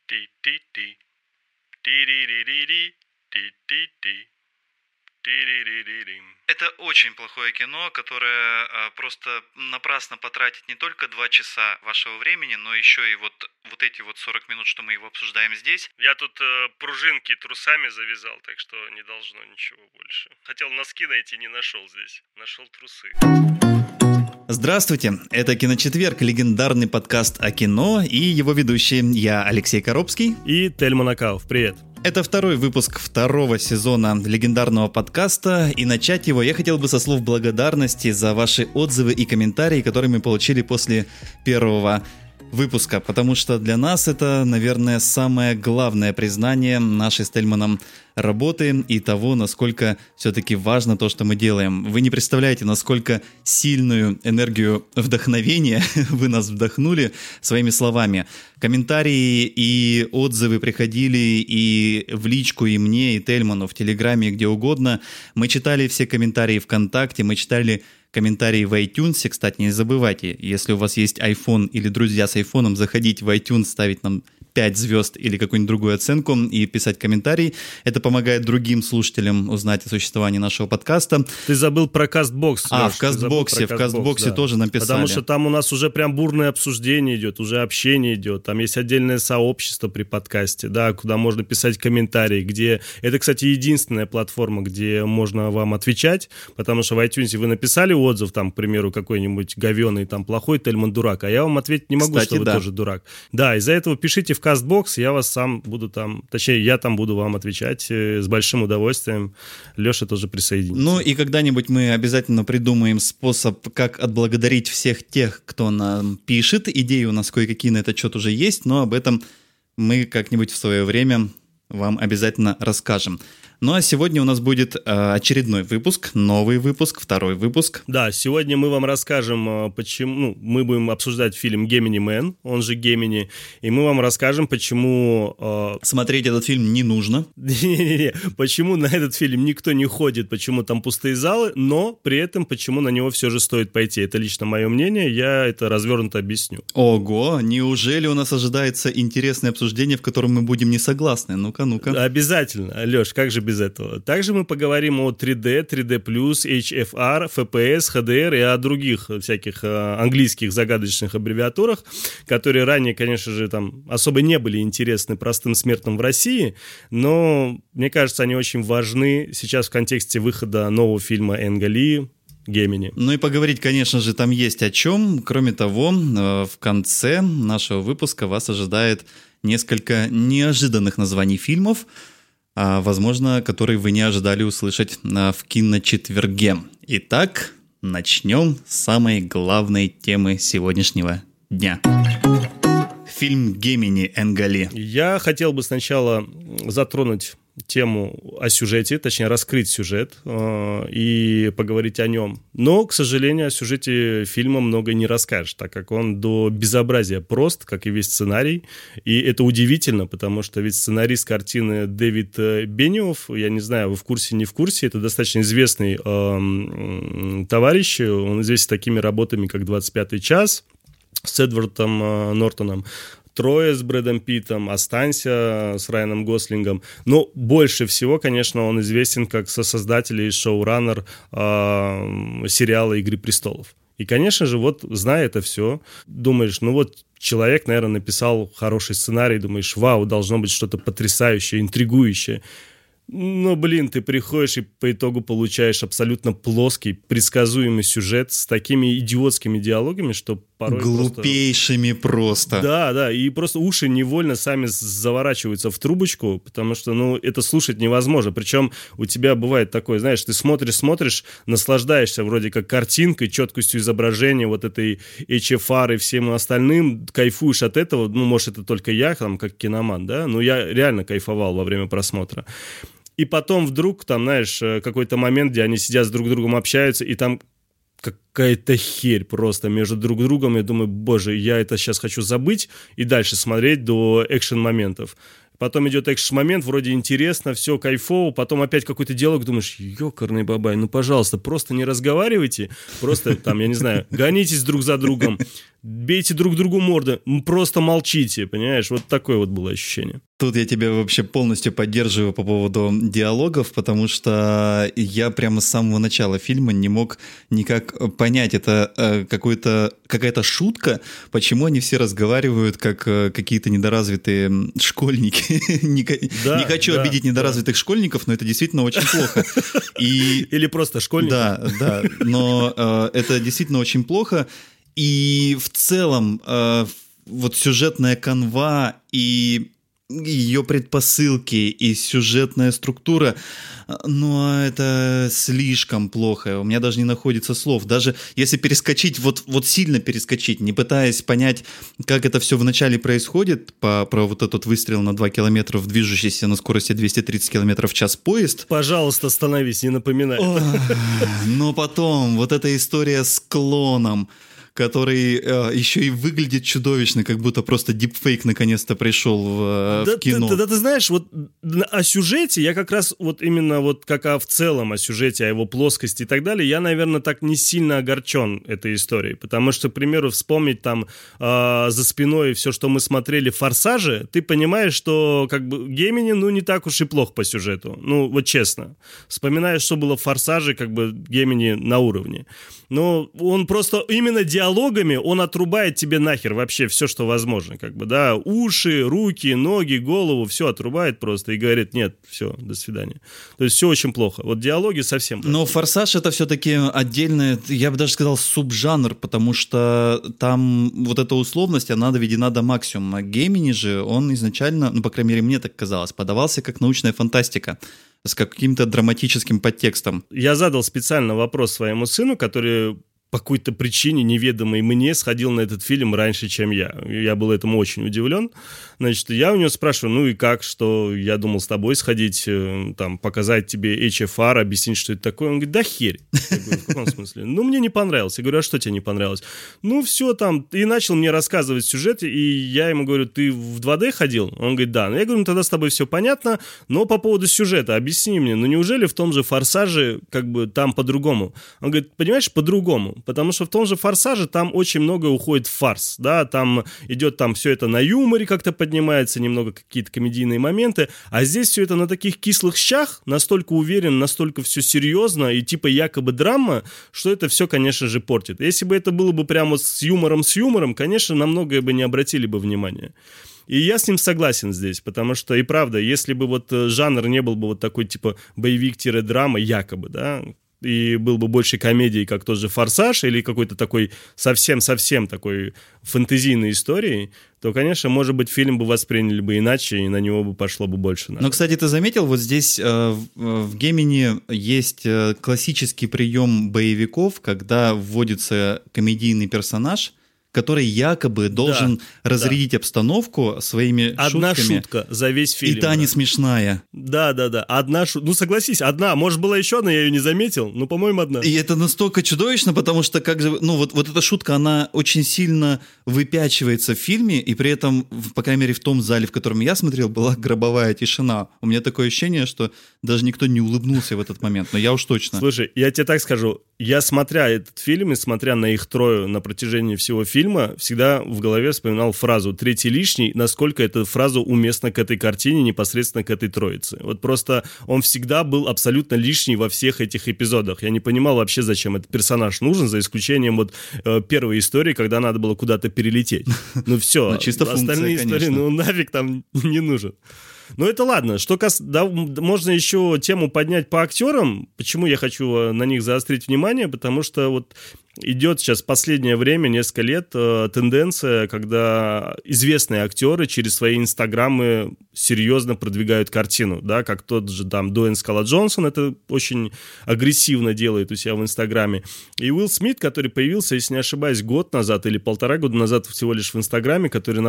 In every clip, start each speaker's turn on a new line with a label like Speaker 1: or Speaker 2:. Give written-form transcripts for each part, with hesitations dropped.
Speaker 1: Ти-ти-ти. Ти-ри-ри-ри-ри. Ти-ти-ти. Ти-ри-ри-ри-рим.
Speaker 2: Это очень плохое кино, которое просто напрасно потратит не только 2 часа вашего времени, но еще и вот эти 40 минут, что мы его обсуждаем здесь.
Speaker 1: Я тут пружинки трусами завязал, так что не должно ничего больше. Хотел носки найти, не нашел здесь. Нашел трусы.
Speaker 3: Здравствуйте, это «Киночетверг», легендарный подкаст о кино, и его ведущий я, Алексей Коробский.
Speaker 1: И Тельман Акалов, привет.
Speaker 3: Это второй выпуск второго сезона легендарного подкаста, и начать его я хотел бы со слов благодарности за ваши отзывы и комментарии, которые мы получили после первого выпуска, потому что для нас это, наверное, самое главное признание нашей с Тельманом работы и того, насколько все-таки важно то, что мы делаем. Вы не представляете, насколько сильную энергию вдохновения вы нас вдохнули своими словами. Комментарии и отзывы приходили и в личку, и мне, и Тельману, в Телеграме, где угодно. Мы читали все комментарии ВКонтакте, мы читали комментарии в iTunes. Кстати, не забывайте, если у вас есть iPhone или друзья с iPhone, заходить в iTunes, ставить нам 5 звезд или какую-нибудь другую оценку и писать комментарий. Это помогает другим слушателям узнать о существовании нашего подкаста.
Speaker 1: Ты забыл про Кастбокс.
Speaker 3: В Кастбоксе тоже написали.
Speaker 1: Потому что там у нас уже прям бурное обсуждение идет, уже общение идет. Там есть отдельное сообщество при подкасте, да, куда можно писать комментарии, где... Это, кстати, единственная платформа, где можно вам отвечать, потому что в iTunes вы написали отзыв, там, к примеру, какой-нибудь говёный, там, плохой, Тельман дурак, а я вам ответить не могу,
Speaker 3: кстати,
Speaker 1: что вы тоже дурак. Да, из-за этого пишите в Кастбокс, я вас сам буду там, точнее, я там буду вам отвечать с большим удовольствием. Леша тоже присоединится.
Speaker 3: Ну и когда-нибудь мы обязательно придумаем способ, как отблагодарить всех тех, кто нам пишет. Идеи у нас кое-какие на этот счет уже есть, но об этом мы как-нибудь в свое время вам обязательно расскажем. Ну а сегодня у нас будет очередной выпуск, новый выпуск, второй выпуск.
Speaker 1: Да, сегодня мы вам расскажем, почему... мы будем обсуждать фильм «Гемини Мэн», он же «Гемини», и мы вам расскажем, почему...
Speaker 3: Смотреть этот фильм не нужно.
Speaker 1: Не-не-не, почему на этот фильм никто не ходит, почему там пустые залы, но при этом почему на него все же стоит пойти. Это лично мое мнение, я это развернуто объясню.
Speaker 3: Ого, неужели у нас ожидается интересное обсуждение, в котором мы будем не согласны? Ну-ка.
Speaker 1: Обязательно, Леш, как же без этого. Также мы поговорим о 3D, 3D+, HFR, FPS, HDR и о других всяких английских загадочных аббревиатурах, которые ранее, конечно же, там особо не были интересны простым смертным в России, но, мне кажется, они очень важны сейчас в контексте выхода нового фильма Энга Ли «Гемини».
Speaker 3: Ну и поговорить, конечно же, там есть о чем. Кроме того, в конце нашего выпуска вас ожидает несколько неожиданных названий фильмов, возможно, которые вы не ожидали услышать в киночетверге. Итак, начнем с самой главной темы сегодняшнего дня. Фильм «Гемини» Энга Ли.
Speaker 1: Я хотел бы сначала затронуть тему о сюжете, точнее раскрыть сюжет и поговорить о нем. Но, к сожалению, о сюжете фильма много не расскажешь, так как он до безобразия прост, как и весь сценарий. И это удивительно, потому что ведь сценарист картины Дэвид Бениофф, я не знаю, вы в курсе, не в курсе, это достаточно известный товарищ, он известен такими работами, как «25-й час» с Эдвардом Нортоном, «Трое» с Брэдом Питтом, «Останься» с Райаном Гослингом. Но больше всего, конечно, он известен как сосоздатель и шоураннер сериала «Игры престолов». И, конечно же, вот, зная это все, думаешь, ну вот человек, наверное, написал хороший сценарий, думаешь, вау, должно быть что-то потрясающее, интригующее. Но, ты приходишь и по итогу получаешь абсолютно плоский, предсказуемый сюжет с такими идиотскими диалогами, что порой
Speaker 3: глупейшими просто.
Speaker 1: Да, и просто уши невольно сами заворачиваются в трубочку, потому что, это слушать невозможно. Причем у тебя бывает такое, знаешь, ты смотришь, наслаждаешься вроде как картинкой, четкостью изображения, вот этой HFR и всем остальным, кайфуешь от этого, может, это только я, там, как киноман, да, но я реально кайфовал во время просмотра. И потом вдруг, там, знаешь, какой-то момент, где они сидят с друг другом, общаются, и там какая-то херь просто между друг другом. Я думаю, боже, я это сейчас хочу забыть и дальше смотреть до экшен-моментов. Потом идет экшн-момент, вроде интересно, все кайфово, потом опять какой-то диалог, думаешь, ёкарный бабай, пожалуйста, просто не разговаривайте, просто там, я не знаю, гонитесь друг за другом, бейте друг другу морды, просто молчите, понимаешь? Вот такое вот было ощущение.
Speaker 3: Тут я тебя вообще полностью поддерживаю по поводу диалогов, потому что я прямо с самого начала фильма не мог никак понять, это какая-то шутка, почему они все разговаривают как какие-то недоразвитые школьники. Не хочу обидеть недоразвитых школьников, но это действительно очень плохо.
Speaker 1: Или просто школьники.
Speaker 3: Да, но это действительно очень плохо. И в целом вот сюжетная канва и ее предпосылки и сюжетная структура, но это слишком плохо. У меня даже не находится слов. Даже если перескочить, вот сильно перескочить, не пытаясь понять, как это все вначале происходит, про вот этот выстрел на 2 километра в движущийся на скорости 230 километров в час поезд.
Speaker 1: Пожалуйста, остановись, не напоминай.
Speaker 3: Но потом вот эта история с клоном, который еще и выглядит чудовищно, как будто просто дипфейк наконец-то пришел в кино.
Speaker 1: Да, ты знаешь, вот о сюжете я как раз вот именно вот как в целом о сюжете, о его плоскости и так далее, я, наверное, так не сильно огорчен этой историей, потому что, к примеру, вспомнить там за спиной все, что мы смотрели в «Форсаже», ты понимаешь, что как бы Гемини, ну, не так уж и плох по сюжету, ну, вот честно. Вспоминаешь, что было в «Форсаже», как бы Гемини на уровне. Но он просто именно диалогами, он отрубает тебе нахер вообще все, что возможно, как бы, да, уши, руки, ноги, голову, все отрубает просто и говорит, нет, все, до свидания. То есть все очень плохо. Вот диалоги совсем плохо.
Speaker 3: Но «Форсаж» — это все-таки отдельный, я бы даже сказал, субжанр, потому что там вот эта условность, она доведена до максимума. Гемини же, он изначально, ну, по крайней мере, мне так казалось, подавался как научная фантастика с каким-то драматическим подтекстом.
Speaker 1: Я задал специально вопрос своему сыну, который по какой-то причине, неведомой мне, сходил на этот фильм раньше, чем я. Я был этому очень удивлен. Значит, я у него спрашиваю, ну и как, что я думал с тобой сходить, там, показать тебе HFR, объяснить, что это такое. Он говорит, да херь. Я говорю, в каком смысле? Ну, мне не понравилось. Я говорю, а что тебе не понравилось? Ну, все там. И начал мне рассказывать сюжет, и я ему говорю, ты в 2D ходил? Он говорит, да. Ну, я говорю, ну, тогда с тобой все понятно, но по поводу сюжета объясни мне, ну, неужели в том же «Форсаже» как бы там по-другому? Он говорит, понимаешь, по-другому. Потому что в том же «Форсаже» там очень много уходит в фарс, да, там идет там все это на юморе как-то поднимается, немного какие-то комедийные моменты, а здесь все это на таких кислых щах, настолько уверен, настолько все серьезно и типа якобы драма, что это все, конечно же, портит. Если бы это было бы прямо с юмором, конечно, на многое бы не обратили бы внимания. И я с ним согласен здесь, потому что, и правда, если бы вот жанр не был бы вот такой типа боевик-драма, якобы, да, и был бы больше комедии, как тот же «Форсаж», или какой-то такой совсем-совсем такой фэнтезийной историей, то, конечно, может быть, фильм бы восприняли бы иначе, и на него бы пошло бы больше.
Speaker 3: Но, кстати, ты заметил, вот здесь в «Гемини» есть классический прием боевиков, когда вводится комедийный персонаж, который якобы должен разрядить обстановку своими шутками.
Speaker 1: Одна шутка за весь фильм.
Speaker 3: И та не смешная.
Speaker 1: Да. Одна шутка. Ну, согласись, одна. Может, была еще одна, я ее не заметил, но, по-моему, одна.
Speaker 3: И это настолько чудовищно, потому что, как же, ну, вот эта шутка, она очень сильно выпячивается в фильме, и при этом, по крайней мере, в том зале, в котором я смотрел, была гробовая тишина. У меня такое ощущение, что даже никто не улыбнулся в этот момент, но я уж точно.
Speaker 1: Слушай, я тебе так скажу, я, смотря этот фильм и смотря на их трое на протяжении всего фильма, всегда в голове вспоминал фразу «третий лишний», насколько эта фраза уместна к этой картине, непосредственно к этой троице. Вот просто он всегда был абсолютно лишний во всех этих эпизодах. Я не понимал вообще, зачем этот персонаж нужен, за исключением вот первой истории, когда надо было куда-то перелететь. Ну все, остальные истории, ну нафиг там не нужен. Но это ладно. Что можно еще тему поднять по актерам. Почему я хочу на них заострить внимание? Потому что вот идет сейчас в последнее время, несколько лет, тенденция, когда известные актеры через свои инстаграмы серьезно продвигают картину, да, как тот же там Дуэйн Скала Джонсон это очень агрессивно делает у себя в инстаграме. И Уилл Смит, который появился, если не ошибаюсь, год назад или 1,5 года назад всего лишь в инстаграме, который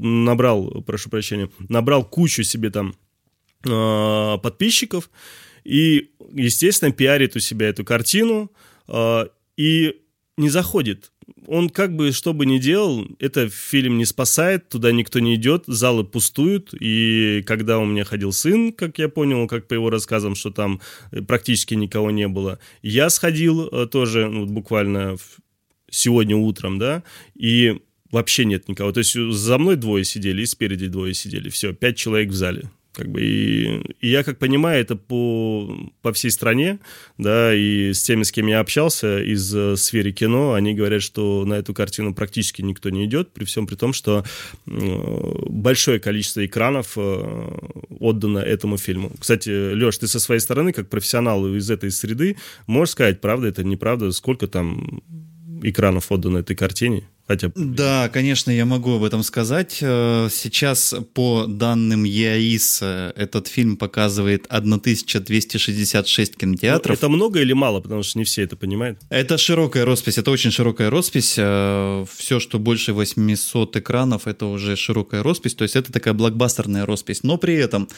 Speaker 1: набрал кучу себе там подписчиков и, естественно, пиарит у себя эту картину и не заходит. Он как бы, что бы ни делал, это фильм не спасает, туда никто не идет, залы пустуют, и когда у меня ходил сын, как я понял, как по его рассказам, что там практически никого не было, я сходил тоже, ну, буквально сегодня утром, да, и вообще нет никого. То есть за мной двое сидели и спереди двое сидели. Все, 5 человек в зале. И я, как понимаю, это по всей стране, да, и с теми, с кем я общался из сферы кино, они говорят, что на эту картину практически никто не идет, при всем при том, что большое количество экранов отдано этому фильму. Кстати, Леш, ты со своей стороны, как профессионал из этой среды, можешь сказать, правда это, неправда, сколько там экранов отдано этой картине?
Speaker 3: Да, конечно, я могу об этом сказать. Сейчас, по данным ЕАИС, этот фильм показывает 1266 кинотеатров.
Speaker 1: Это много или мало? Потому что не все это понимают.
Speaker 3: Это широкая роспись, это очень широкая роспись. Все, что больше 800 экранов, это уже широкая роспись. То есть это такая блокбастерная роспись. Но при этом,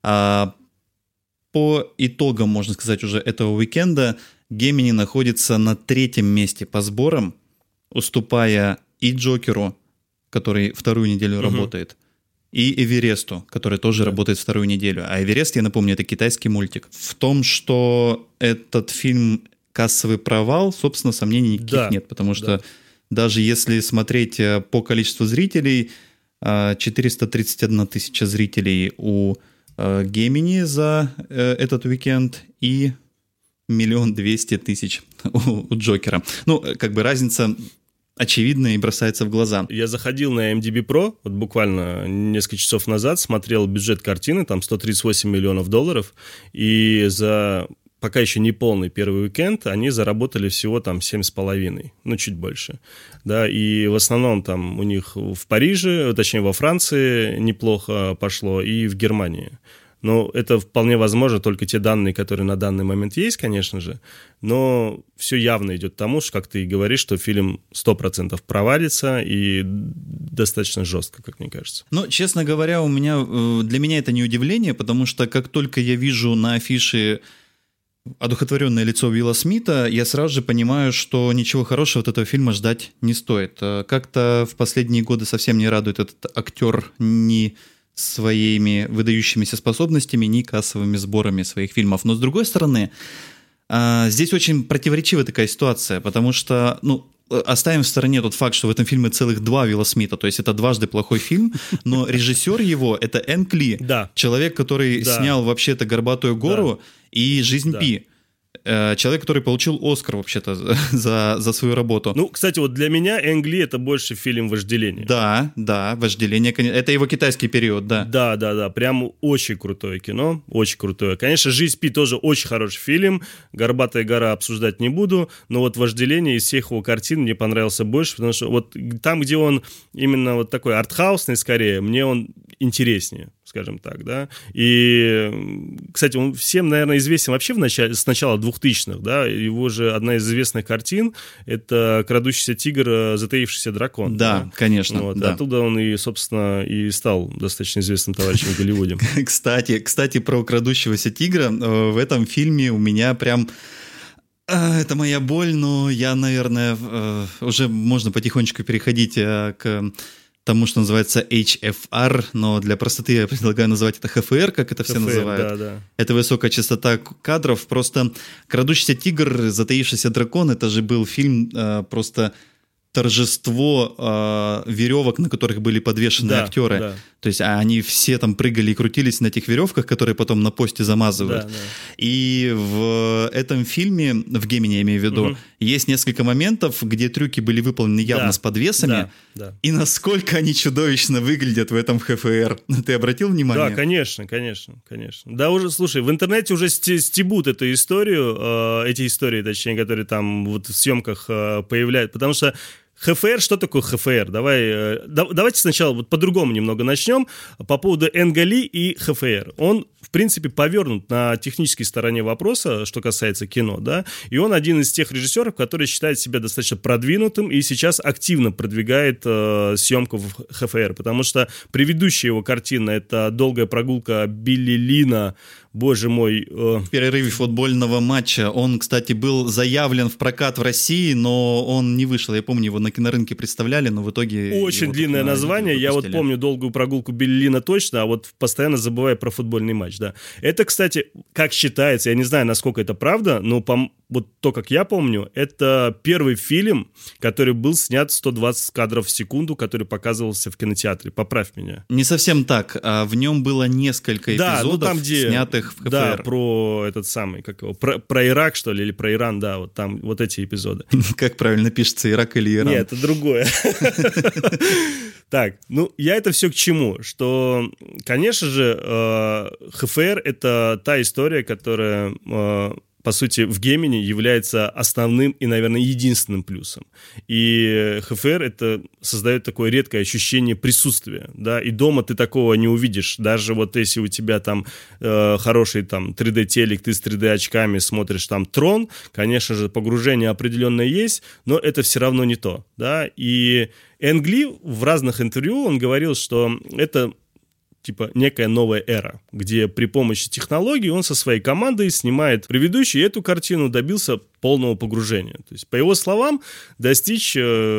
Speaker 3: по итогам, можно сказать, уже этого уикенда, «Гемини» находится на 3-м месте по сборам, уступая и «Джокеру», который вторую неделю работает, и «Эвересту», который тоже работает вторую неделю. А «Эверест», я напомню, это китайский мультик. В том, что этот фильм кассовый провал, собственно, сомнений никаких нет, потому что даже если смотреть по количеству зрителей, 431 тысяча зрителей у «Гемини» за этот уикенд и 1 200 000 у «Джокера». Ну, как бы разница очевидная и бросается в глаза.
Speaker 1: Я заходил на IMDb Pro, вот буквально несколько часов назад, смотрел бюджет картины, там $138 миллионов, и за пока еще не полный первый уикенд они заработали всего там 7,5, ну, чуть больше. Да, и в основном там у них в Париже, точнее во Франции неплохо пошло, и в Германии. Но это вполне возможно, только те данные, которые на данный момент есть, конечно же, но все явно идет к тому, что, как ты и говоришь, что фильм 100% провалится и достаточно жестко, как мне кажется.
Speaker 3: Ну, честно говоря, для меня это не удивление, потому что как только я вижу на афише одухотворенное лицо Уилла Смита, я сразу же понимаю, что ничего хорошего от этого фильма ждать не стоит. Как-то в последние годы совсем не радует этот актер ни своими выдающимися способностями, ни кассовыми сборами своих фильмов. Но с другой стороны, здесь очень противоречивая такая ситуация, потому что, оставим в стороне тот факт, что в этом фильме целых 2 Уилла Смита, то есть это дважды плохой фильм, но режиссер его — это Энг Ли, человек, который снял вообще-то «Горбатую гору» и «Жизнь Пи». Человек, который получил Оскар вообще-то за свою работу.
Speaker 1: Ну, кстати, вот для меня Энг Ли — это больше фильм «Вожделение».
Speaker 3: Да, «Вожделение», это его китайский период, да.
Speaker 1: Да, прям очень крутое кино, очень крутое. Конечно, «Жизнь Пи» тоже очень хороший фильм, «Горбатая гора» обсуждать не буду, но вот «Вожделение» из всех его картин мне понравился больше, потому что вот там, где он именно вот такой артхаусный скорее, мне он интереснее, скажем так, да. И, кстати, он всем, наверное, известен вообще с начала 2000-х, да. Его же одна из известных картин — это «Крадущийся тигр, затаившийся дракон».
Speaker 3: Да, конечно.
Speaker 1: Вот. Да. Оттуда он и, собственно, и стал достаточно известным товарищем в Голливуде.
Speaker 3: Кстати, про «Крадущегося тигра» в этом фильме у меня прям... Это моя боль, но я, наверное, уже можно потихонечку переходить к тому, что называется HFR, но для простоты я предлагаю называть это ХФР, как это все называют. Да. Это высокая частота кадров. Просто «Крадущийся тигр, затаившийся дракон» — это же был фильм просто торжество веревок, на которых были подвешены актеры. Да. То есть они все там прыгали и крутились на этих веревках, которые потом на посте замазывают. Да. И в этом фильме, в «Гемини» я имею в виду, есть несколько моментов, где трюки были выполнены явно с подвесами. Да. И насколько они чудовищно выглядят в этом ХФР. Ты обратил внимание?
Speaker 1: Да, конечно. Да, уже, слушай, в интернете уже стебут эту историю, эти истории, точнее, которые там вот в съемках появляются, потому что ХФР, что такое ХФР? Давайте сначала вот по-другому немного начнем. По поводу Энга Ли и ХФР. Он, в принципе, повернут на технической стороне вопроса, что касается кино, да, и он один из тех режиссеров, который считает себя достаточно продвинутым и сейчас активно продвигает съемку в ХФР, потому что предыдущая его картина — это «Долгая прогулка Билли Лина», боже мой...
Speaker 3: В перерыве футбольного матча. Он, кстати, был заявлен в прокат в России, но он не вышел. Я помню, его на кинорынке представляли, но в итоге...
Speaker 1: Очень длинное название. Я вот помню «Долгую прогулку Билли Лина» точно, а вот постоянно забываю про футбольный матч, да. Это, кстати, как считается, я не знаю, насколько это правда, но вот то, как я помню, это первый фильм, который был снят 120 кадров в секунду, который показывался в кинотеатре. Поправь меня.
Speaker 3: Не совсем так. В нем было несколько эпизодов,
Speaker 1: там, где,
Speaker 3: снятых в КФР.
Speaker 1: Да, про этот самый, как его, про Ирак, что ли, или про Иран, да, вот там вот эти эпизоды.
Speaker 3: Как правильно пишется, Ирак или Иран?
Speaker 1: Нет, это другое. Так, я это все к чему? Что, конечно же, ХФР — это та история, которая... по сути, в геймине является основным и, наверное, единственным плюсом. И ХФР это создает такое редкое ощущение присутствия, да, и дома ты такого не увидишь. Даже вот если у тебя там хороший там 3D-телек, ты с 3D-очками смотришь там Трон, конечно же, погружение определенно есть, но это все равно не то, да. И Энг Ли в разных интервью он говорил, что это типа некая новая эра, где при помощи технологий он со своей командой снимает предыдущую, и эту картину добился полного погружения. То есть, по его словам, достичь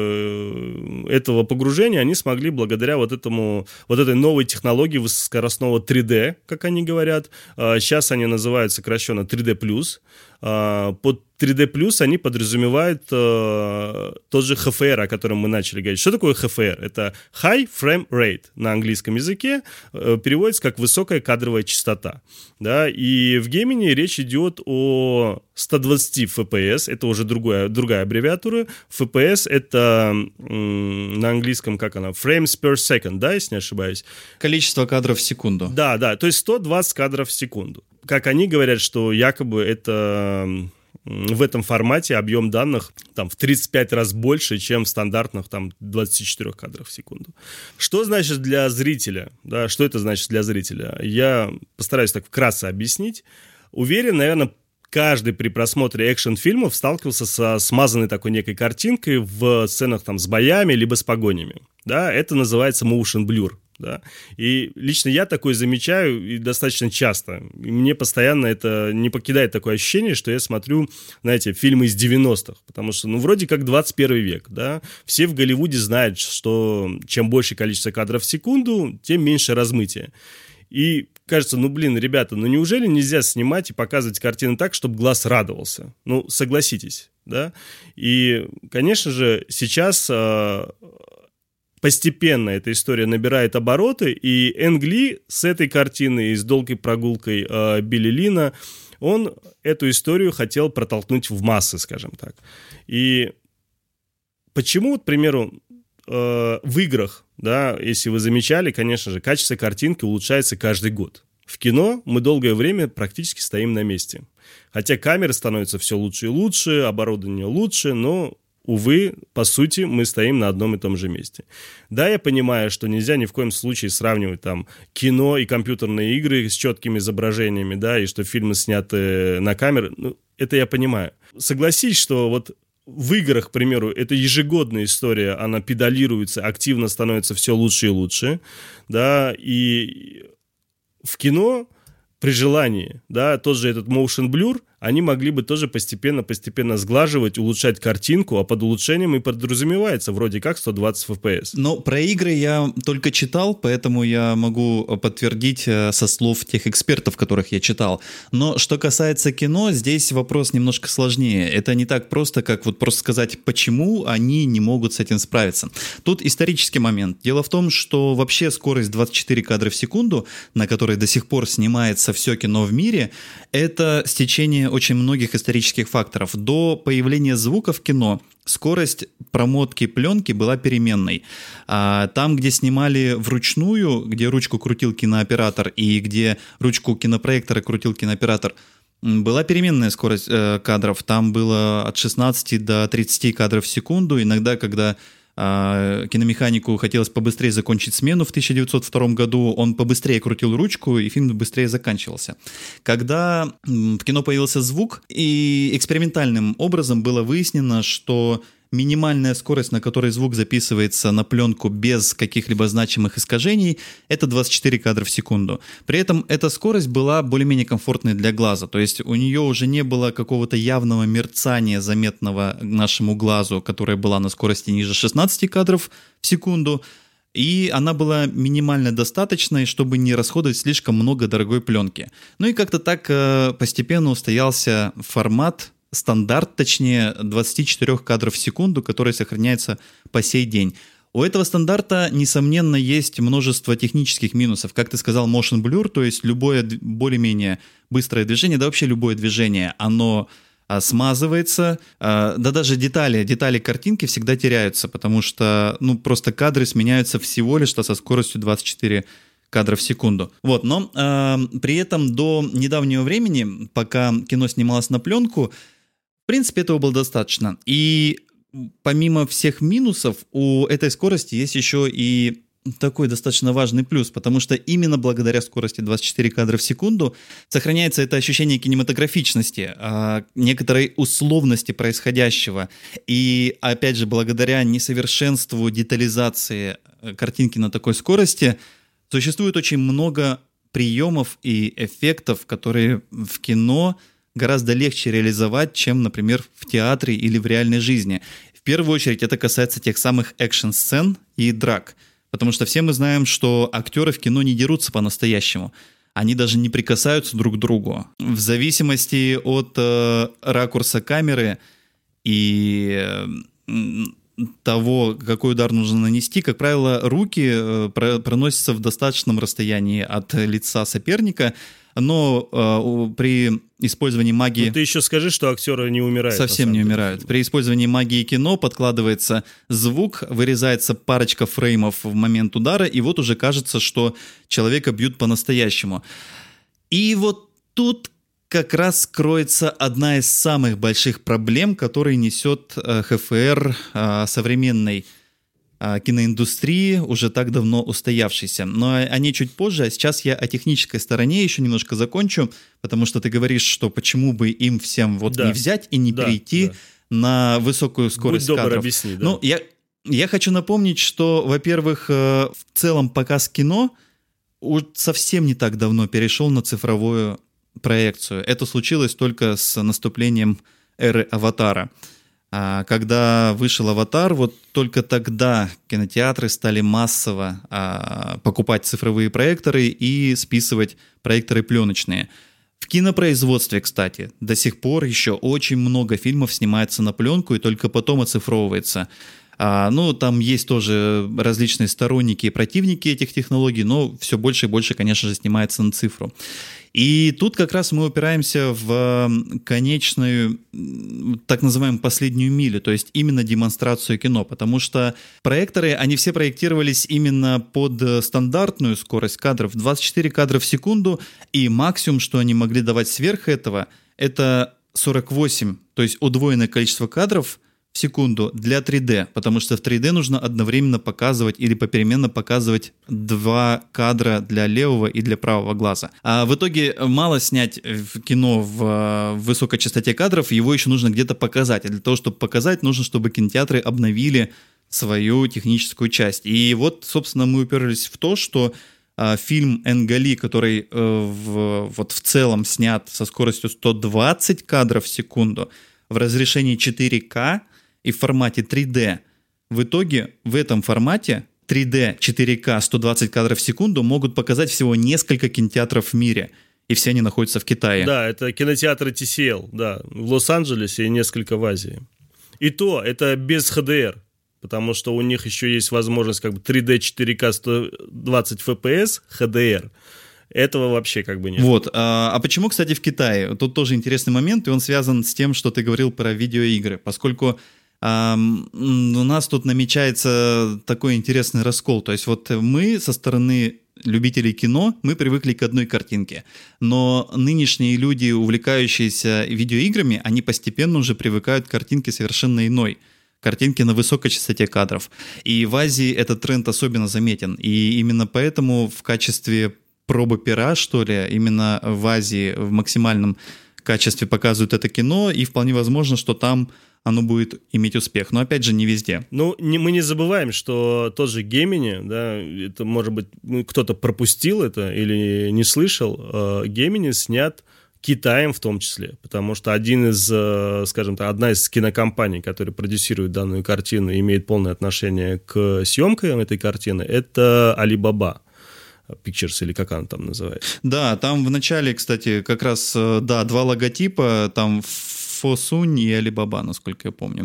Speaker 1: этого погружения они смогли благодаря вот этой новой технологии высокоскоростного 3D, как они говорят. Сейчас они называют сокращенно 3D+. Под 3D+, они подразумевают тот же HFR, о котором мы начали говорить. Что такое HFR? Это High Frame Rate на английском языке, переводится как высокая кадровая частота. Да? И в геймине речь идет о 120 FPS, это уже другая аббревиатура. FPS — это на английском, как она, frames per second, да, если не ошибаюсь?
Speaker 3: Количество кадров в секунду.
Speaker 1: Да, то есть 120 кадров в секунду. Как они говорят, что якобы это в этом формате объем данных там, в 35 раз больше, чем в стандартных там, 24 кадрах в секунду. Что значит для зрителя? Да, что это значит для зрителя? Я постараюсь так вкратце объяснить. Уверен, наверное, каждый при просмотре экшн-фильмов сталкивался со смазанной такой некой картинкой в сценах там, с боями либо с погонями. Да, это называется motion blur. Да? И лично я такое замечаю и достаточно часто. И мне постоянно это не покидает такое ощущение, что я смотрю, знаете, фильмы из 90-х. Потому что, вроде как 21 век. Да? Все в Голливуде знают, что чем больше количество кадров в секунду, тем меньше размытия. И кажется, ребята, неужели нельзя снимать и показывать картины так, чтобы глаз радовался? Согласитесь, да? И, конечно же, сейчас... Постепенно эта история набирает обороты, и Энг Ли с этой картиной и с «Долгой прогулкой» Билли Лина, он эту историю хотел протолкнуть в массы, скажем так. И почему, к примеру, в играх, да, если вы замечали, конечно же, качество картинки улучшается каждый год. В кино мы долгое время практически стоим на месте. Хотя камеры становятся все лучше и лучше, оборудование лучше, но... Увы, по сути, мы стоим на одном и том же месте. Да, я понимаю, что нельзя ни в коем случае сравнивать там кино и компьютерные игры с четкими изображениями, да, и что фильмы сняты на камеры. Это я понимаю. Согласись, что вот в играх, к примеру, это ежегодная история, она педалируется, активно становится все лучше и лучше, да, и в кино при желании, да, тот же этот motion blur, они могли бы тоже постепенно сглаживать, улучшать картинку, а под улучшением и подразумевается вроде как 120 FPS.
Speaker 3: Но про игры я только читал, поэтому я могу подтвердить со слов тех экспертов, которых я читал. Но что касается кино, здесь вопрос немножко сложнее. Это не так просто, как вот просто сказать, почему они не могут с этим справиться. Тут исторический момент. Дело в том, что вообще скорость 24 кадра в секунду, на которой до сих пор снимается все кино в мире, это стечение очень многих исторических факторов. До появления звука в кино скорость промотки пленки была переменной. Там, где снимали вручную, где ручку крутил кинооператор и где ручку кинопроектора крутил кинооператор, была переменная скорость кадров. Там было от 16 до 30 кадров в секунду. Иногда, когда киномеханику хотелось побыстрее закончить смену в 1902 году, он побыстрее крутил ручку, и фильм быстрее заканчивался. Когда в кино появился звук, и экспериментальным образом было выяснено, что минимальная скорость, на которой звук записывается на пленку без каких-либо значимых искажений, это 24 кадра в секунду. При этом эта скорость была более-менее комфортной для глаза, то есть у нее уже не было какого-то явного мерцания, заметного нашему глазу, которое была на скорости ниже 16 кадров в секунду, и она была минимально достаточной, чтобы не расходовать слишком много дорогой пленки. Ну и как-то так постепенно устоялся формат, стандарт, точнее, 24 кадров в секунду, который сохраняется по сей день. У этого стандарта, несомненно, есть множество технических минусов. Как ты сказал, motion blur, то есть любое более-менее быстрое движение, да вообще любое движение, оно смазывается, да даже детали картинки всегда теряются, потому что, просто кадры сменяются всего лишь со скоростью 24 кадра в секунду. Вот, но при этом до недавнего времени, пока кино снималось на пленку, в принципе, этого было достаточно. И помимо всех минусов, у этой скорости есть еще и такой достаточно важный плюс, потому что именно благодаря скорости 24 кадра в секунду сохраняется это ощущение кинематографичности, некоторой условности происходящего. И, опять же, благодаря несовершенству детализации картинки на такой скорости существует очень много приемов и эффектов, которые в кино гораздо легче реализовать, чем, например, в театре или в реальной жизни. В первую очередь это касается тех самых экшн-сцен и драк. Потому что все мы знаем, что актеры в кино не дерутся по-настоящему. Они даже не прикасаются друг к другу. В зависимости от ракурса камеры и того, какой удар нужно нанести, как правило, руки проносятся в достаточном расстоянии от лица соперника, но при использовании магии...
Speaker 1: Ну, ты еще скажи, что актеры не умирают.
Speaker 3: Совсем не умирают. При использовании магии кино подкладывается звук, вырезается парочка фреймов в момент удара, и вот уже кажется, что человека бьют по-настоящему. И вот тут как раз кроется одна из самых больших проблем, которые несет ХФР современной киноиндустрии, уже так давно устоявшейся. Но о ней чуть позже, а сейчас я о технической стороне еще немножко закончу, потому что ты говоришь, что почему бы им всем не взять и не перейти на высокую скорость
Speaker 1: Будь
Speaker 3: кадров.
Speaker 1: добр, объясни, да.
Speaker 3: Ну, я хочу напомнить, что, во-первых, в целом показ кино совсем не так давно перешел на цифровую проекцию. Это случилось только с наступлением эры «Аватара». Когда вышел «Аватар», вот только тогда кинотеатры стали массово покупать цифровые проекторы и списывать проекторы пленочные. В кинопроизводстве, кстати, до сих пор еще очень много фильмов снимается на пленку и только потом оцифровывается. Там есть тоже различные сторонники и противники этих технологий, но все больше и больше, конечно же, снимается на цифру. И тут как раз мы упираемся в конечную, так называемую, последнюю милю, то есть именно демонстрацию кино, потому что проекторы, они все проектировались именно под стандартную скорость кадров, 24 кадра в секунду, и максимум, что они могли давать сверх этого, это 48, то есть удвоенное количество кадров в секунду для 3D, потому что в 3D нужно одновременно показывать или попеременно показывать 2 кадра для левого и для правого глаза. А в итоге мало снять кино в высокой частоте кадров, его еще нужно где-то показать. А для того, чтобы показать, нужно, чтобы кинотеатры обновили свою техническую часть. И вот, собственно, мы уперлись в то, что фильм «Энга-Ли», который в целом снят со скоростью 120 кадров в секунду, в разрешении 4К и в формате 3D. В итоге в этом формате 3D, 4К, 120 кадров в секунду могут показать всего несколько кинотеатров в мире. И все они находятся в Китае.
Speaker 1: Да, это кинотеатры TCL, да, в Лос-Анджелесе и несколько в Азии. И то, это без HDR, потому что у них еще есть возможность 3D, 4К, 120 FPS, HDR. Этого вообще нет.
Speaker 3: Вот. А почему, кстати, в Китае? Тут тоже интересный момент, и он связан с тем, что ты говорил про видеоигры. Поскольку у нас тут намечается такой интересный раскол. То есть вот мы со стороны любителей кино, мы привыкли к одной картинке. Но нынешние люди, увлекающиеся видеоиграми, они постепенно уже привыкают к картинке совершенно иной. Картинки на высокой частоте кадров. И в Азии этот тренд особенно заметен. И именно поэтому в качестве пробы пера, что ли, именно в Азии в максимальном качестве показывают это кино, и вполне возможно, что там оно будет иметь успех. Но, опять же, не везде.
Speaker 1: Ну, мы не забываем, что тот же Гемини, да, это, может быть, кто-то пропустил это или не слышал, Гемини снят Китаем в том числе, потому что одна из кинокомпаний, которая продюсирует данную картину и имеет полное отношение к съемкам этой картины, это Alibaba Pictures, или как она там называется.
Speaker 3: Да, там в начале, кстати, как раз, да, два логотипа, там Фосунь и Alibaba, насколько я помню.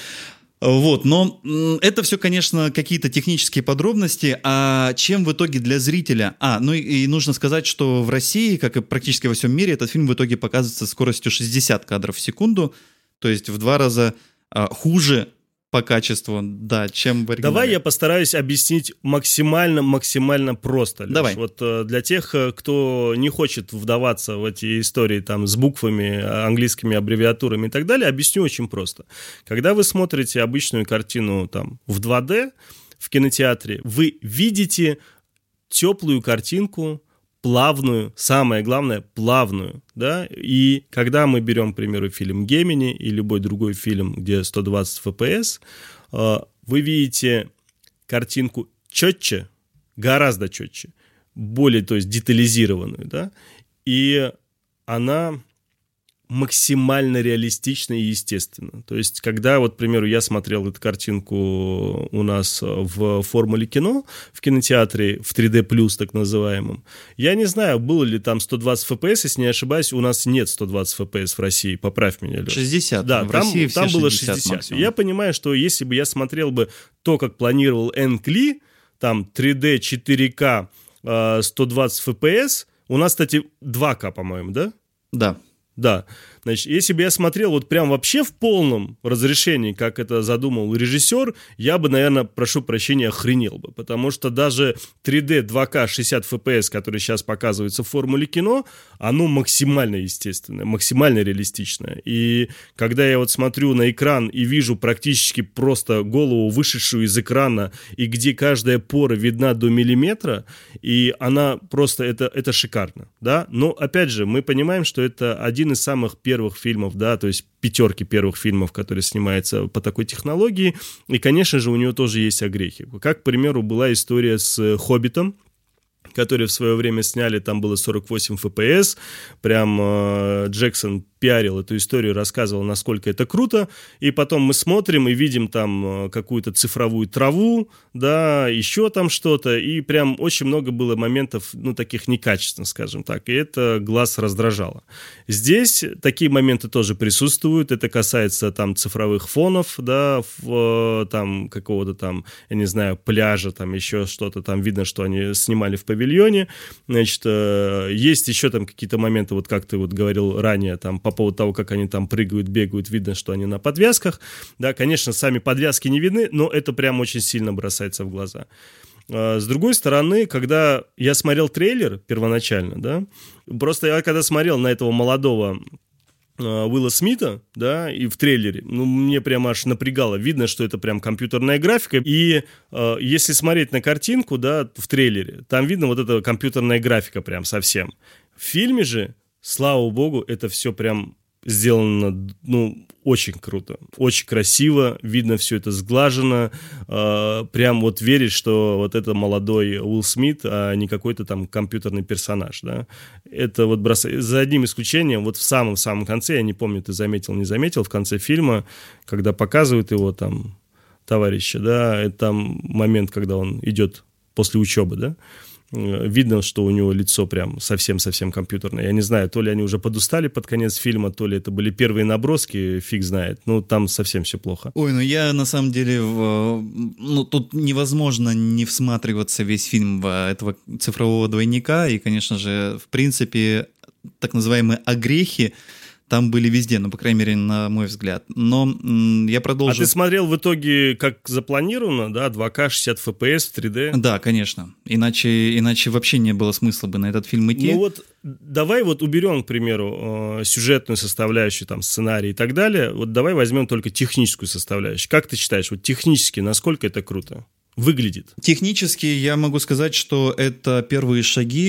Speaker 3: Вот, но это все, конечно, какие-то технические подробности, а чем в итоге для зрителя? Ну и нужно сказать, что в России, как и практически во всем мире, этот фильм в итоге показывается скоростью 60 кадров в секунду, то есть в 2 раза хуже по качеству, да, чем в оригинале.
Speaker 1: Давай я постараюсь объяснить максимально просто, Леш.
Speaker 3: Давай.
Speaker 1: Вот для тех, кто не хочет вдаваться в эти истории там с буквами, английскими аббревиатурами и так далее, объясню очень просто. Когда вы смотрите обычную картину там в 2D в кинотеатре, вы видите теплую картинку, плавную, самое главное, плавную, да, и когда мы берем, к примеру, фильм «Гемини» и любой другой фильм, где 120 FPS, вы видите картинку четче, гораздо четче, более, то есть, детализированную, да, и она максимально реалистично и естественно. То есть, когда, вот, к примеру, я смотрел эту картинку у нас в «Формуле кино», в кинотеатре, в 3D+, так называемом, я не знаю, было ли там 120 FPS, если не ошибаюсь, у нас нет 120 FPS в России, поправь меня, Леш.
Speaker 3: 60,
Speaker 1: да,
Speaker 3: в России
Speaker 1: там
Speaker 3: все
Speaker 1: было
Speaker 3: 60 максимум.
Speaker 1: Я понимаю, что если бы я смотрел бы то, как планировал Энг Ли, там 3D, 4К, 120 FPS, у нас, кстати, 2К, по-моему, да?
Speaker 3: Да.
Speaker 1: Да, значит, если бы я смотрел вот прям вообще в полном разрешении, как это задумал режиссер, я бы, наверное, прошу прощения, охренел бы, потому что даже 3D, 2К, 60 FPS, которые сейчас показываются в «Формуле кино», оно максимально естественное, максимально реалистичное. И когда я вот смотрю на экран и вижу практически просто голову, вышедшую из экрана, и где каждая пора видна до миллиметра, и она просто, это шикарно, да, но, опять же, мы понимаем, что это один из самых первых фильмов, да, то есть 5 первых фильмов, которые снимаются по такой технологии, и, конечно же, у него тоже есть огрехи. Как, к примеру, была история с «Хоббитом», который в свое время сняли, там было 48 FPS, прям Джексон пиарил эту историю, рассказывал, насколько это круто, и потом мы смотрим и видим там какую-то цифровую траву, да, еще там что-то, и прям очень много было моментов, ну, таких некачественных, скажем так, и это глаз раздражало. Здесь такие моменты тоже присутствуют, это касается там цифровых фонов, да, там какого-то там, я не знаю, пляжа, там еще что-то, там видно, что они снимали в павильоне, значит, есть еще там какие-то моменты, вот как ты вот говорил ранее, там, по поводу того, как они там прыгают, бегают, видно, что они на подвязках, да, конечно, сами подвязки не видны, но это прям очень сильно бросается в глаза. С другой стороны, когда я смотрел трейлер первоначально, да, просто я когда смотрел на этого молодого Уилла Смита, да, и в трейлере, ну, мне прям аж напрягало, видно, что это прям компьютерная графика, и если смотреть на картинку, да, в трейлере, там видно вот эта компьютерная графика прям совсем. В фильме же, слава богу, это все прям сделано, ну, очень круто, очень красиво, видно все это сглажено, прям вот веришь, что вот это молодой Уилл Смит, а не какой-то там компьютерный персонаж, да. Это вот за одним исключением, вот в самом-самом конце, я не помню, ты заметил, не заметил, в конце фильма, когда показывают его там товарища, да, это там момент, когда он идет после учебы, да, видно, что у него лицо прям совсем-совсем компьютерное. Я не знаю, то ли они уже подустали под конец фильма, то ли это были первые наброски, фиг знает. Ну, там совсем все плохо.
Speaker 3: Ой, ну я на самом деле... Ну, тут невозможно не всматриваться весь фильм в этого цифрового двойника. И, конечно же, в принципе, так называемые огрехи там были везде, ну, по крайней мере, на мой взгляд. Но я продолжу...
Speaker 1: А ты смотрел в итоге, как запланировано, да, 2К, 60 FPS в 3D?
Speaker 3: Да, конечно. Иначе вообще не было смысла бы на этот фильм идти.
Speaker 1: Ну вот, давай вот уберем, к примеру, сюжетную составляющую, там, сценарий и так далее. Вот давай возьмем только техническую составляющую. Как ты считаешь, вот технически, насколько это круто выглядит?
Speaker 3: Технически я могу сказать, что это первые шаги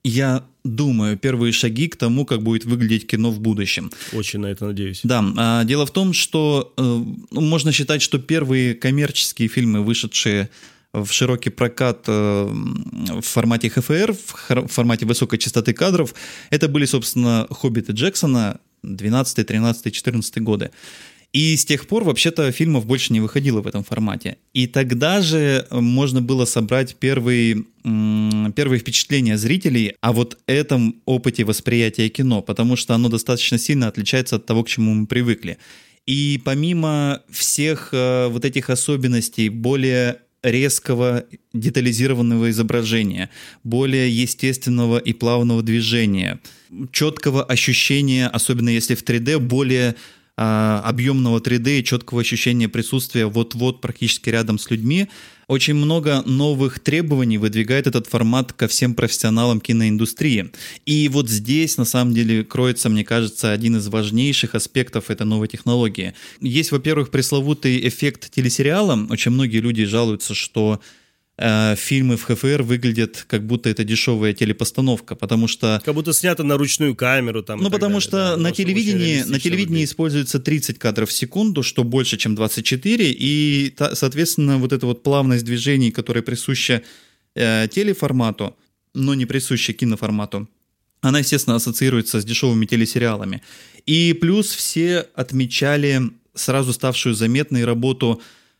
Speaker 3: я думаю, первые шаги к тому, как будет выглядеть кино в будущем.
Speaker 1: Очень на это надеюсь.
Speaker 3: Да, дело в том, что можно считать, что первые коммерческие фильмы, вышедшие в широкий прокат в формате ХФР, в формате высокой частоты кадров, это были, собственно, «Хоббиты» Джексона 12, 13, 14 годы. И с тех пор, вообще-то, фильмов больше не выходило в этом формате. И тогда же можно было собрать первые впечатления зрителей о вот этом опыте восприятия кино, потому что оно достаточно сильно отличается от того, к чему мы привыкли. И помимо всех вот этих особенностей, более резкого детализированного изображения, более естественного и плавного движения, четкого ощущения, особенно если в 3D, более объемного 3D и четкого ощущения присутствия вот-вот практически рядом с людьми. Очень много новых требований выдвигает этот формат ко всем профессионалам киноиндустрии. И вот здесь, на самом деле, кроется, мне кажется, один из важнейших аспектов этой новой технологии. Есть, во-первых, пресловутый эффект телесериала. Очень многие люди жалуются, что фильмы в ХФР выглядят, как будто это дешевая телепостановка, потому что...
Speaker 1: Как будто снято на ручную камеру. Там,
Speaker 3: потому что
Speaker 1: да,
Speaker 3: на телевидении используется 30 кадров в секунду, что больше, чем 24, и, соответственно, вот эта вот плавность движений, которая присуща телеформату, но не присуща киноформату, она, естественно, ассоциируется с дешевыми телесериалами. И плюс все отмечали сразу ставшую заметной работу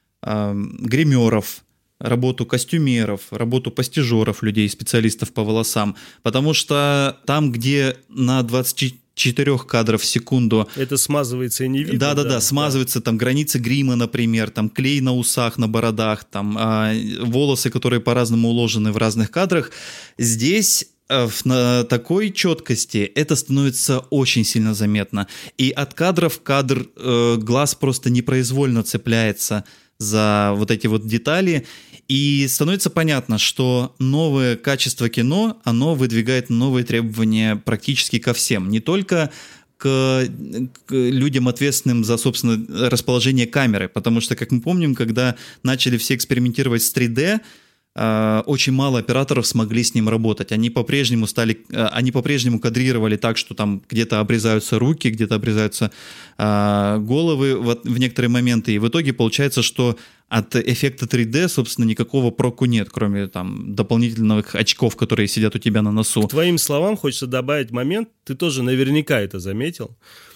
Speaker 3: гримеров, работу костюмеров, работу постижеров, людей, специалистов по волосам. Потому что там, где на 24 кадров в секунду...
Speaker 1: Это смазывается и не видно.
Speaker 3: Да, смазывается там границы грима, например, там клей на усах, на бородах, там волосы, которые по-разному уложены в разных кадрах. Здесь на такой четкости это становится очень сильно заметно. И от кадра в кадр глаз просто непроизвольно цепляется за вот эти вот детали, и становится понятно, что новое качество кино, оно выдвигает новые требования практически ко всем, не только к людям, ответственным за, собственно, расположение камеры, потому что, как мы помним, когда начали все экспериментировать с 3D, очень мало операторов смогли с ним работать. Они по-прежнему кадрировали так, что там где-то обрезаются руки, где-то обрезаются головы в некоторые моменты. И в итоге получается, что от эффекта 3D, собственно, никакого проку нет, кроме там дополнительных очков, которые сидят у тебя на носу.
Speaker 1: К твоим словам хочется добавить момент, ты тоже наверняка это заметил.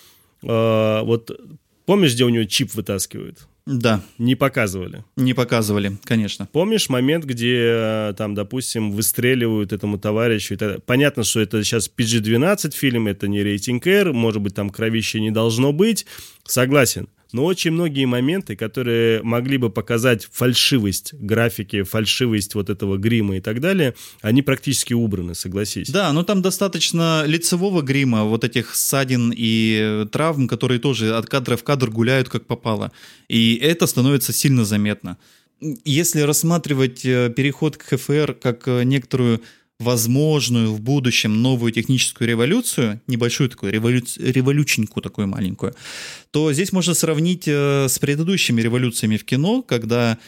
Speaker 1: Вот помнишь, где у него чип вытаскивают?
Speaker 3: Да.
Speaker 1: Не показывали.
Speaker 3: Не показывали, конечно.
Speaker 1: Помнишь момент, где там, допустим, выстреливают этому товарищу? И так... Понятно, что это сейчас PG-12 фильм, это не рейтинг R, может быть, там кровища не должно быть. Согласен. Но очень многие моменты, которые могли бы показать фальшивость графики, фальшивость вот этого грима и так далее, они практически убраны, согласись.
Speaker 3: Да, но там достаточно лицевого грима, вот этих ссадин и травм, которые тоже от кадра в кадр гуляют как попало. И это становится сильно заметно. Если рассматривать переход к ХФР как некоторую возможную в будущем новую техническую революцию, небольшую такую революченьку такую маленькую, то здесь можно сравнить с предыдущими революциями в кино, когда,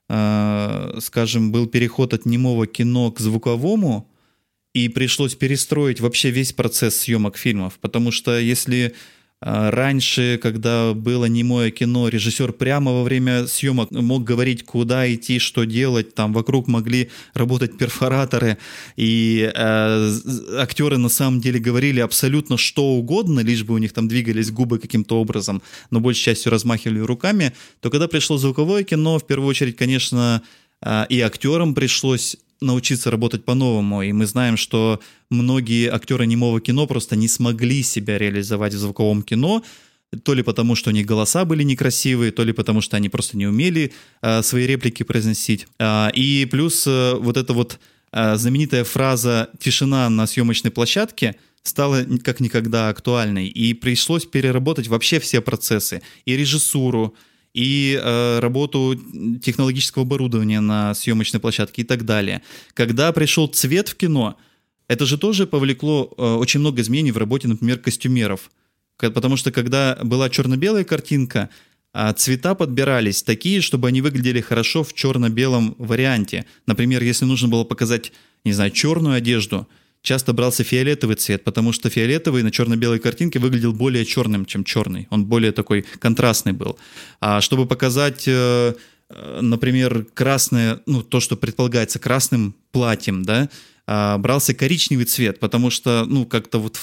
Speaker 3: скажем, был переход от немого кино к звуковому, и пришлось перестроить вообще весь процесс съемок фильмов, потому что если... Раньше, когда было немое кино, режиссер прямо во время съемок мог говорить, куда идти, что делать, там вокруг могли работать перфораторы, и актеры на самом деле говорили абсолютно что угодно, лишь бы у них там двигались губы каким-то образом, но большей частью размахивали руками, то когда пришло звуковое кино, в первую очередь, конечно, и актерам пришлось научиться работать по-новому, и мы знаем, что многие актеры немого кино просто не смогли себя реализовать в звуковом кино, то ли потому, что у них голоса были некрасивые, то ли потому, что они просто не умели свои реплики произносить. И плюс вот эта вот знаменитая фраза «тишина на съемочной площадке» стала как никогда актуальной, и пришлось переработать вообще все процессы, и режиссуру, и работу технологического оборудования на съемочной площадке и так далее. Когда пришел цвет в кино, это же тоже повлекло очень много изменений в работе, например, костюмеров. Потому что когда была черно-белая картинка, цвета подбирались такие, чтобы они выглядели хорошо в черно-белом варианте. Например, если нужно было показать, не знаю, черную одежду, часто брался фиолетовый цвет, потому что фиолетовый на черно-белой картинке выглядел более черным, чем черный. Он более такой контрастный был. А чтобы показать, например, красное, то, что предполагается красным платьем, да, брался коричневый цвет, потому что, как-то вот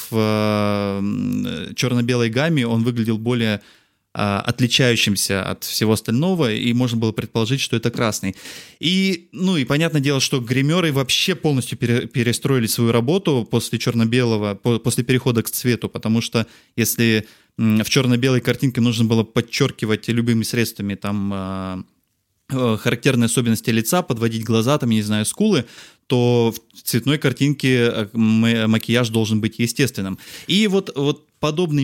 Speaker 3: в черно-белой гамме он выглядел более отличающимся от всего остального, и можно было предположить, что это красный. И понятное дело, что гримеры вообще полностью перестроили свою работу после черно-белого, после перехода к цвету, потому что если в черно-белой картинке нужно было подчеркивать любыми средствами там характерные особенности лица, подводить глаза, там, я не знаю, скулы, то в цветной картинке макияж должен быть естественным. И вот подобные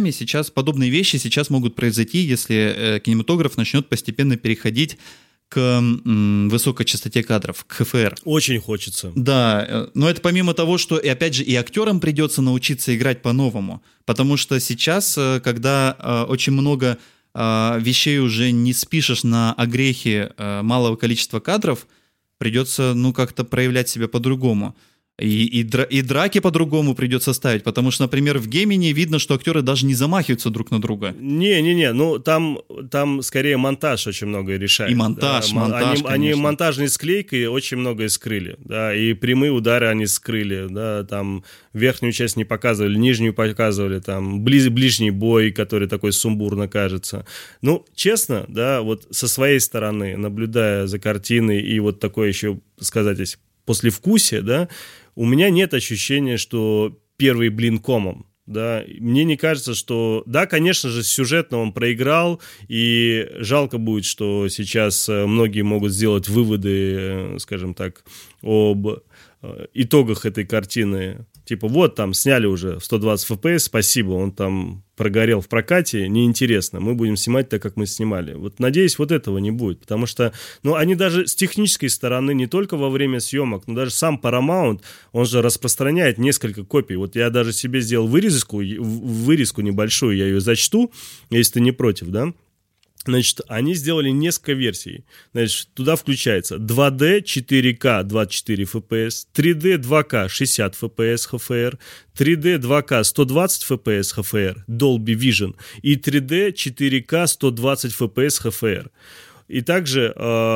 Speaker 3: вещи сейчас могут произойти, если кинематограф начнет постепенно переходить к высокой частоте кадров, к ХФР.
Speaker 1: Очень хочется.
Speaker 3: Да, но это помимо того, что, и опять же, и актерам придется научиться играть по-новому, потому что сейчас, когда очень много вещей уже не спишешь на огрехи малого количества кадров, придется, как-то проявлять себя по-другому. И драки по-другому придется ставить, потому что, например, в Гемини видно, что актеры даже не замахиваются друг на друга.
Speaker 1: Не-не-не, там скорее монтаж очень многое решает.
Speaker 3: И монтаж,
Speaker 1: они монтажной склейкой очень многое скрыли, да, и прямые удары они скрыли, да, там верхнюю часть не показывали, нижнюю показывали, там ближний бой, который такой сумбурно кажется. Честно, да, вот со своей стороны, наблюдая за картиной и вот такое еще, сказать здесь, послевкусие, да, у меня нет ощущения, что первый блин комом. Да, мне не кажется, что... Да, конечно же, сюжетно он проиграл, и жалко будет, что сейчас многие могут сделать выводы, скажем так, об итогах этой картины. Типа, вот там сняли уже в 120 FPS, спасибо, он там прогорел в прокате, неинтересно, мы будем снимать так, как мы снимали. Вот надеюсь, вот этого не будет, потому что, они даже с технической стороны, не только во время съемок, но даже сам Paramount, он же распространяет несколько копий. Вот я даже себе сделал вырезку небольшую, я ее зачту, если ты не против, да? Значит, они сделали несколько версий. Значит, туда включается 2D 4К 24 FPS, 3D 2К 60 FPS HFR, 3D 2К 120 FPS HFR, Dolby Vision и 3D 4К 120 FPS HFR. И также,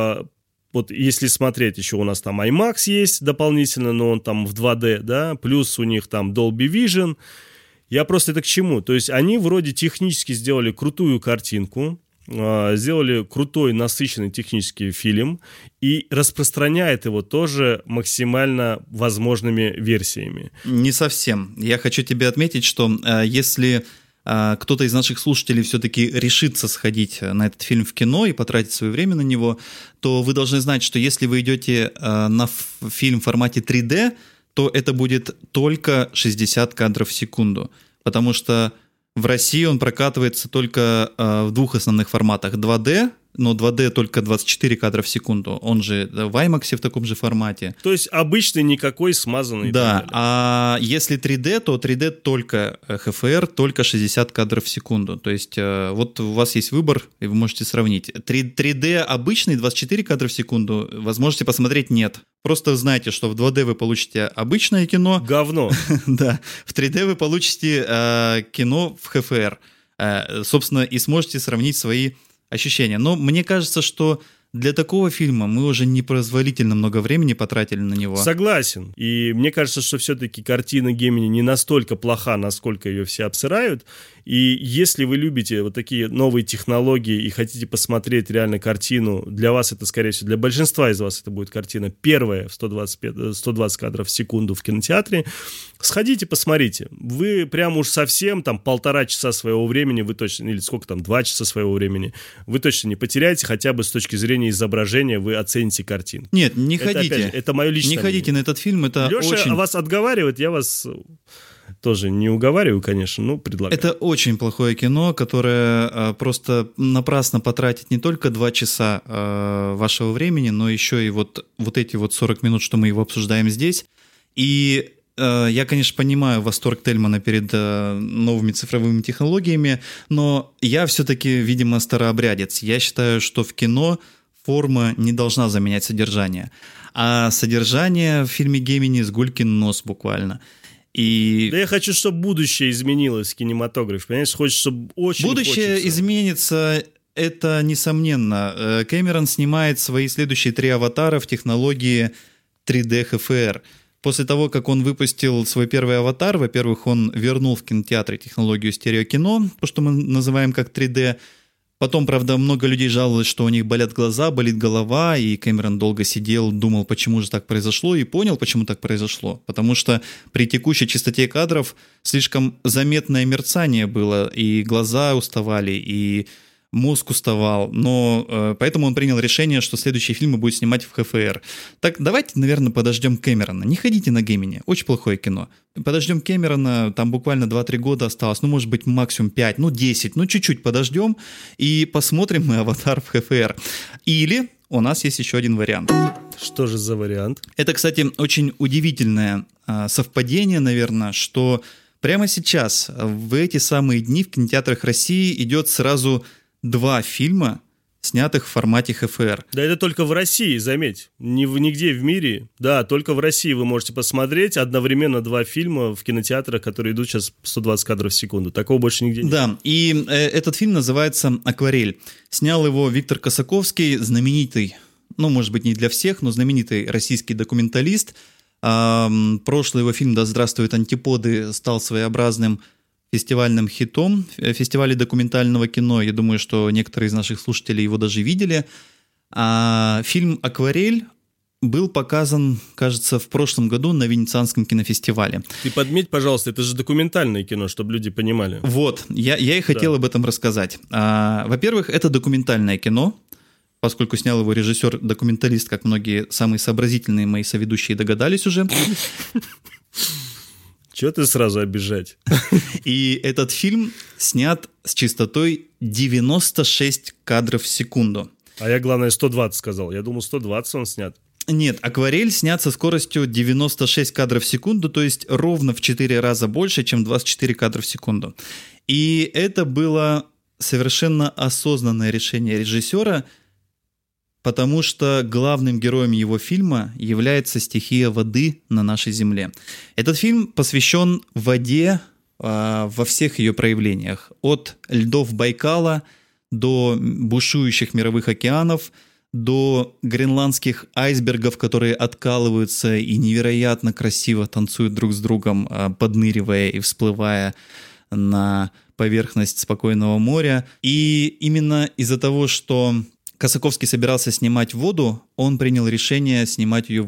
Speaker 1: вот если смотреть, еще у нас там IMAX есть дополнительно, но он там в 2D, да, плюс у них там Dolby Vision. Я просто это к чему? То есть они вроде технически сделали крутую картинку, сделали крутой, насыщенный технический фильм и распространяет его тоже максимально возможными версиями.
Speaker 3: Не совсем. Я хочу тебе отметить, что если кто-то из наших слушателей все-таки решится сходить на этот фильм в кино и потратить свое время на него, то вы должны знать, что если вы идете на фильм в формате 3D, то это будет только 60 кадров в секунду, потому что в России он прокатывается только в двух основных форматах. 2D, но 2D только 24 кадра в секунду. Он же в IMAX в таком же формате.
Speaker 1: То есть обычный никакой смазанный.
Speaker 3: Да, а если 3D, то 3D только HFR, только 60 кадров в секунду. То есть вот у вас есть выбор, и вы можете сравнить. 3D обычный 24 кадра в секунду, возможности посмотреть нет. Просто знайте, что в 2D вы получите обычное кино.
Speaker 1: Говно.
Speaker 3: Да, в 3D вы получите кино в HFR. Собственно, и сможете сравнить свои ощущения. Но мне кажется, что для такого фильма мы уже непозволительно много времени потратили на него.
Speaker 1: Согласен. И мне кажется, что все-таки картина Гемини не настолько плоха, насколько ее все обсырают. И если вы любите вот такие новые технологии и хотите посмотреть реально картину, для вас это, скорее всего, для большинства из вас это будет картина первая в 120 кадров в секунду в кинотеатре, сходите, посмотрите. Вы прям уж совсем там 1,5 часа своего времени, вы точно, или сколько там, 2 часа своего времени, вы точно не потеряете, хотя бы с точки зрения изображения вы оцените картину.
Speaker 3: Нет, не ходите.
Speaker 1: Опять же, это мое личное
Speaker 3: мнение. Не ходите на этот фильм, это
Speaker 1: Леша
Speaker 3: очень...
Speaker 1: вас отговаривает, я вас тоже не уговариваю, конечно, но предлагаю.
Speaker 3: Это очень плохое кино, которое просто напрасно потратит не только 2 часа вашего времени, но еще и вот эти вот 40 минут, что мы его обсуждаем здесь. И я, конечно, понимаю восторг Тельмана перед новыми цифровыми технологиями, но я все-таки, видимо, старообрядец. Я считаю, что в кино форма не должна заменять содержание. А содержание в фильме «Гемини» с Гулькин нос буквально. И...
Speaker 1: Да я хочу, чтобы будущее изменилось в кинематографе. Понимаешь, хочется, чтобы очень
Speaker 3: Будущее
Speaker 1: хочется.
Speaker 3: изменится, это несомненно. Кэмерон снимает свои следующие 3 аватара в технологии 3D HFR. После того, как он выпустил свой первый аватар, во-первых, он вернул в кинотеатры технологию стереокино, то, что мы называем как 3D. Потом, правда, много людей жаловалось, что у них болят глаза, болит голова, и Кэмерон долго сидел, думал, почему же так произошло, и понял, почему так произошло. Потому что при текущей частоте кадров слишком заметное мерцание было, и глаза уставали, и мозг уставал. Но поэтому он принял решение, что следующие фильмы будет снимать в ХФР. Так, давайте, наверное, подождем Кэмерона. Не ходите на Гемини, очень плохое кино. Подождем Кэмерона, там буквально 2-3 года осталось, ну, может быть, максимум 5, ну, 10, ну, чуть-чуть подождем и посмотрим мы «Аватар» в ХФР. Или у нас есть еще один вариант.
Speaker 1: Что же за вариант?
Speaker 3: Это, кстати, очень удивительное совпадение, наверное, что прямо сейчас, в эти самые дни в кинотеатрах России идет сразу 2 фильма, снятых в формате ХФР.
Speaker 1: Да это только в России, заметь. Нигде в мире. Да, только в России вы можете посмотреть одновременно 2 фильма в кинотеатрах, которые идут сейчас 120 кадров в секунду. Такого больше нигде нет.
Speaker 3: Да, и этот фильм называется «Акварель». Снял его Виктор Косаковский, знаменитый, ну, может быть, не для всех, но знаменитый российский документалист. Прошлый его фильм «Да здравствуют антиподы» стал своеобразным фестивальным хитом фестиваля документального кино. Я думаю, что некоторые из наших слушателей его даже видели. А фильм «Акварель» был показан, кажется, в прошлом году на Венецианском кинофестивале.
Speaker 1: Ты подметь, пожалуйста, это же документальное кино, чтобы люди понимали.
Speaker 3: Вот, я и хотел об этом рассказать. Во-первых, это документальное кино, поскольку снял его режиссер-документалист, как многие самые сообразительные мои соведущие догадались уже.
Speaker 1: Чего ты сразу обижать?
Speaker 3: И этот фильм снят с частотой 96 кадров в секунду.
Speaker 1: А я, главное, 120 сказал. Я думал, 120 он снят.
Speaker 3: Нет, «Акварель» снят со скоростью 96 кадров в секунду, то есть ровно в 4 раза больше, чем 24 кадра в секунду. И это было совершенно осознанное решение режиссера, потому что главным героем его фильма является стихия воды на нашей Земле. Этот фильм посвящен воде во всех ее проявлениях. От льдов Байкала до бушующих мировых океанов, до гренландских айсбергов, которые откалываются и невероятно красиво танцуют друг с другом, подныривая и всплывая на поверхность спокойного моря. И именно из-за того, что Косаковский собирался снимать воду, он принял решение снимать ее в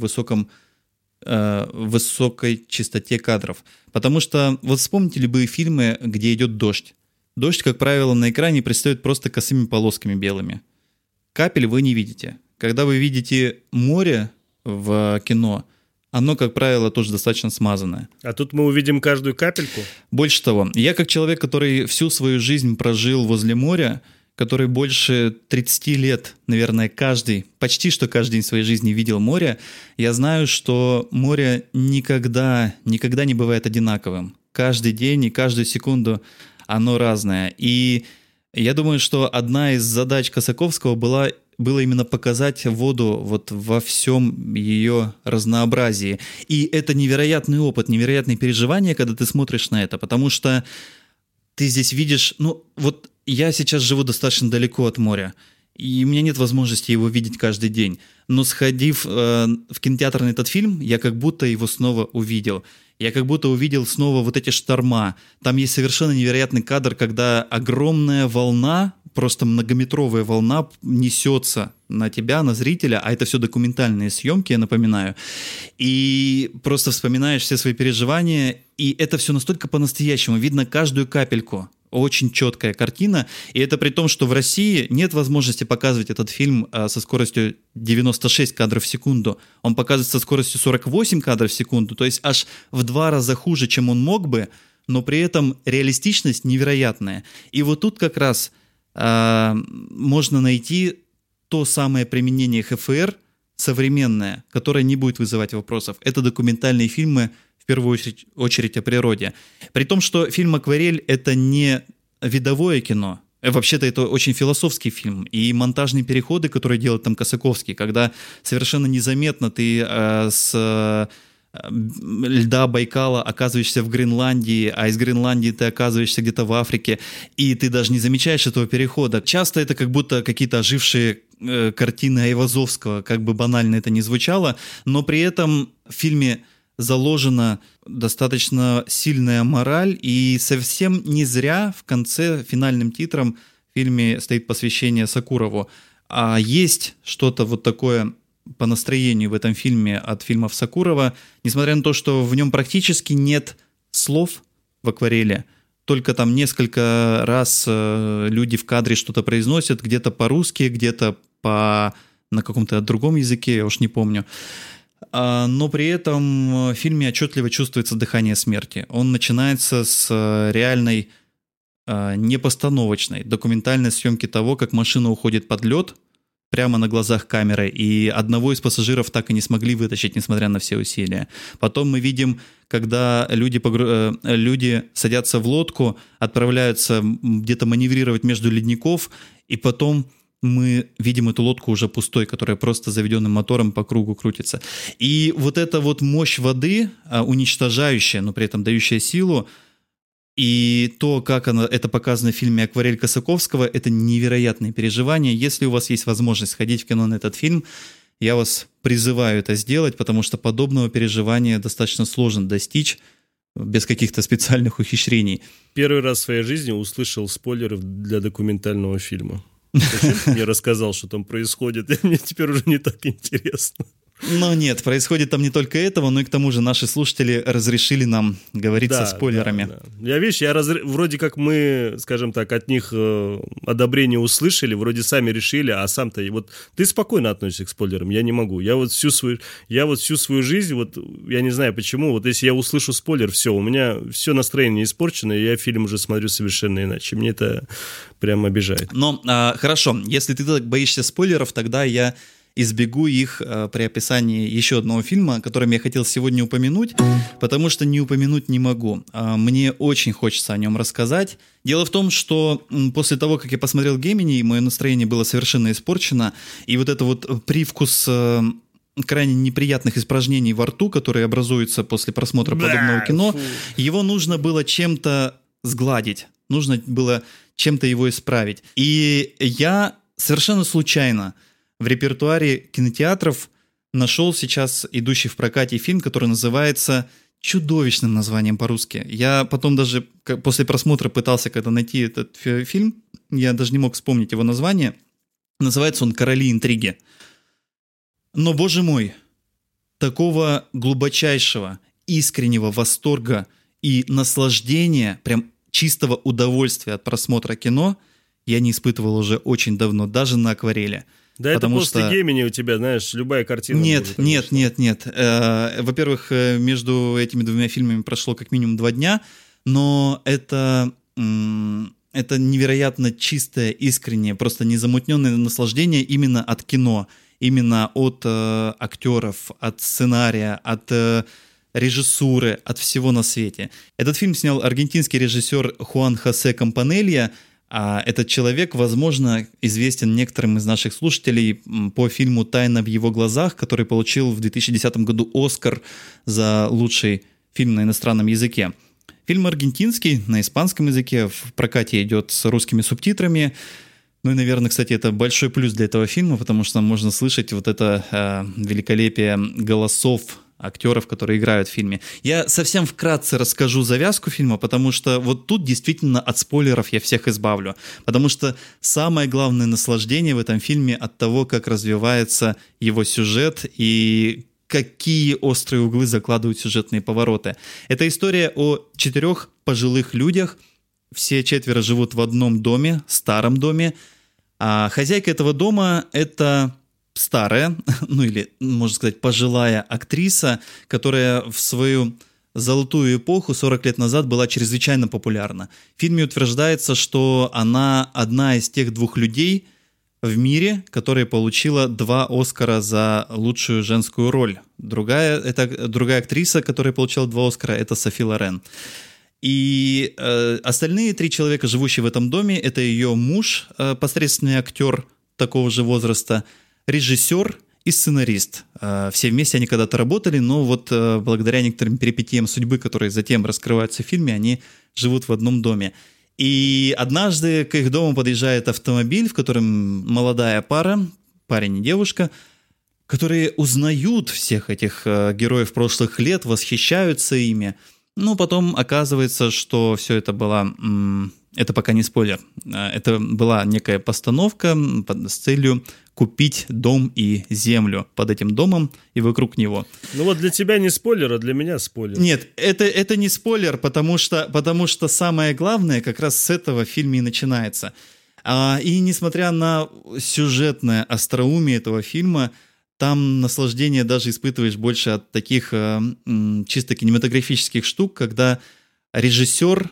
Speaker 3: высокой частоте кадров. Потому что, вот вспомните любые фильмы, где идет дождь. Дождь, как правило, на экране предстает просто косыми полосками белыми. Капель вы не видите. Когда вы видите море в кино, оно, как правило, тоже достаточно смазанное.
Speaker 1: А тут мы увидим каждую капельку?
Speaker 3: Больше того, я как человек, который всю свою жизнь прожил возле моря, который больше 30 лет, наверное, почти что каждый день своей жизни видел море, я знаю, что море никогда не бывает одинаковым. Каждый день и каждую секунду оно разное. И я думаю, что одна из задач Косаковского было именно показать воду вот во всем ее разнообразии. И это невероятный опыт, невероятные переживания, когда ты смотришь на это, потому что ты здесь видишь, вот я сейчас живу достаточно далеко от моря, и у меня нет возможности его видеть каждый день. Но сходив в кинотеатр на этот фильм, я как будто его снова увидел. Я как будто увидел снова вот эти шторма. Там есть совершенно невероятный кадр, когда огромная волна, просто многометровая волна несется на тебя, на зрителя, а это все документальные съемки, я напоминаю. И просто вспоминаешь все свои переживания, и это все настолько по-настоящему. Видно каждую капельку. Очень четкая картина, и это при том, что в России нет возможности показывать этот фильм со скоростью 96 кадров в секунду. Он показывается со скоростью 48 кадров в секунду, то есть аж в 2 раза хуже, чем он мог бы, но при этом реалистичность невероятная. И вот тут как раз можно найти то самое применение ХФР современное, которое не будет вызывать вопросов. Это документальные фильмы, в первую очередь о природе. При том, что фильм «Акварель» — это не видовое кино, Вообще-то это очень философский фильм. И монтажные переходы, которые делает там Косаковский, когда совершенно незаметно ты с льда Байкала оказываешься в Гренландии, а из Гренландии ты оказываешься где-то в Африке, и ты даже не замечаешь этого перехода. Часто это как будто какие-то ожившие картины Айвазовского, как бы банально это ни звучало, но при этом в фильме заложена достаточно сильная мораль, и совсем не зря в конце финальным титром в фильме стоит посвящение Сокурову. А есть что-то вот такое по настроению в этом фильме от фильмов Сокурова, несмотря на то, что в нем практически нет слов в акварели, только там несколько раз люди в кадре что-то произносят, где-то по-русски, где-то на каком-то другом языке, я уж не помню. Но при этом в фильме отчетливо чувствуется дыхание смерти. Он начинается с реальной, непостановочной, документальной съемки того, как машина уходит под лед, прямо на глазах камеры, и одного из пассажиров так и не смогли вытащить, несмотря на все усилия. Потом мы видим, когда люди садятся в лодку, отправляются где-то маневрировать между ледников, и потом мы видим эту лодку уже пустой, которая просто заведенным мотором по кругу крутится. И вот эта вот мощь воды, уничтожающая, но при этом дающая силу, и то, как это показано в фильме «Акварель» Косаковского, это невероятные переживания. Если у вас есть возможность сходить в кино на этот фильм, я вас призываю это сделать, потому что подобного переживания достаточно сложно достичь без каких-то специальных ухищрений.
Speaker 1: Первый раз в своей жизни услышал спойлеры для документального фильма. Зачем ты мне рассказал, что там происходит? Мне теперь уже не так интересно.
Speaker 3: Но нет, происходит там не только этого, но и к тому же наши слушатели разрешили нам говорить со спойлерами.
Speaker 1: Да. Вроде как мы, скажем так, от них одобрение услышали, вроде сами решили, а сам-то... Вот ты спокойно относишься к спойлерам, я не могу. Я вот всю свою жизнь, вот я не знаю почему, вот если я услышу спойлер, все, у меня все настроение испорчено, и я фильм уже смотрю совершенно иначе. Мне это прям обижает.
Speaker 3: Но хорошо, если ты так боишься спойлеров, тогда я избегу их при описании еще одного фильма, который я хотел сегодня упомянуть, потому что не упомянуть не могу. Мне очень хочется о нем рассказать. Дело в том, что после того, как я посмотрел «Гемини», мое настроение было совершенно испорчено, и вот это вот привкус крайне неприятных испражнений во рту, которые образуются после просмотра подобного кино, его нужно было чем-то сгладить, нужно было чем-то его исправить. И я совершенно случайно в репертуаре кинотеатров нашел сейчас идущий в прокате фильм, который называется чудовищным названием по-русски. Я потом даже после просмотра пытался когда найти этот фильм, я даже не мог вспомнить его название. Называется он «Короли интриги». Но, боже мой, такого глубочайшего, искреннего восторга и наслаждения, прям чистого удовольствия от просмотра кино я не испытывал уже очень давно, даже на «Акварели».
Speaker 1: Да, потому это после «Гемини» у тебя, знаешь, любая картина.
Speaker 3: Нет. Во-первых, между этими двумя фильмами прошло как минимум 2 дня, но это невероятно чистое, искреннее, просто незамутненное наслаждение именно от кино, именно от актеров, от сценария, от режиссуры, от всего на свете. Этот фильм снял аргентинский режиссер Хуан Хосе Кампанелья. А этот человек, возможно, известен некоторым из наших слушателей по фильму «Тайна в его глазах», который получил в 2010 году «Оскар» за лучший фильм на иностранном языке. Фильм аргентинский, на испанском языке, в прокате идет с русскими субтитрами. Ну и, наверное, кстати, это большой плюс для этого фильма, потому что можно слышать вот это великолепие голосов актеров, которые играют в фильме. Я совсем вкратце расскажу завязку фильма, потому что вот тут действительно от спойлеров я всех избавлю. Потому что самое главное наслаждение в этом фильме от того, как развивается его сюжет и какие острые углы закладывают сюжетные повороты. Это история о 4 пожилых людях. Все 4 живут в одном доме, старом доме. А хозяйка этого дома — это старая, ну или, можно сказать, пожилая актриса, которая в свою золотую эпоху 40 лет назад была чрезвычайно популярна. В фильме утверждается, что она одна из тех 2 людей в мире, которая получила 2 Оскара за лучшую женскую роль. Другая актриса, которая получила 2 Оскара, это Софи Лорен. И остальные 3 человека, живущие в этом доме, это ее муж, посредственный актер такого же возраста, режиссер и сценарист. Все вместе они когда-то работали, но вот благодаря некоторым перипетиям судьбы, которые затем раскрываются в фильме, они живут в одном доме. И однажды к их дому подъезжает автомобиль, в котором молодая пара, парень и девушка, которые узнают всех этих героев прошлых лет, восхищаются ими. Но потом оказывается, что все это было... Это пока не спойлер. Это была некая постановка с целью купить дом и землю под этим домом и вокруг него.
Speaker 1: Ну вот для тебя не спойлер, а для меня спойлер.
Speaker 3: Нет, это не спойлер, потому что самое главное как раз с этого в фильме и начинается. И несмотря на сюжетное остроумие этого фильма, там наслаждение даже испытываешь больше от таких чисто кинематографических штук, когда режиссер,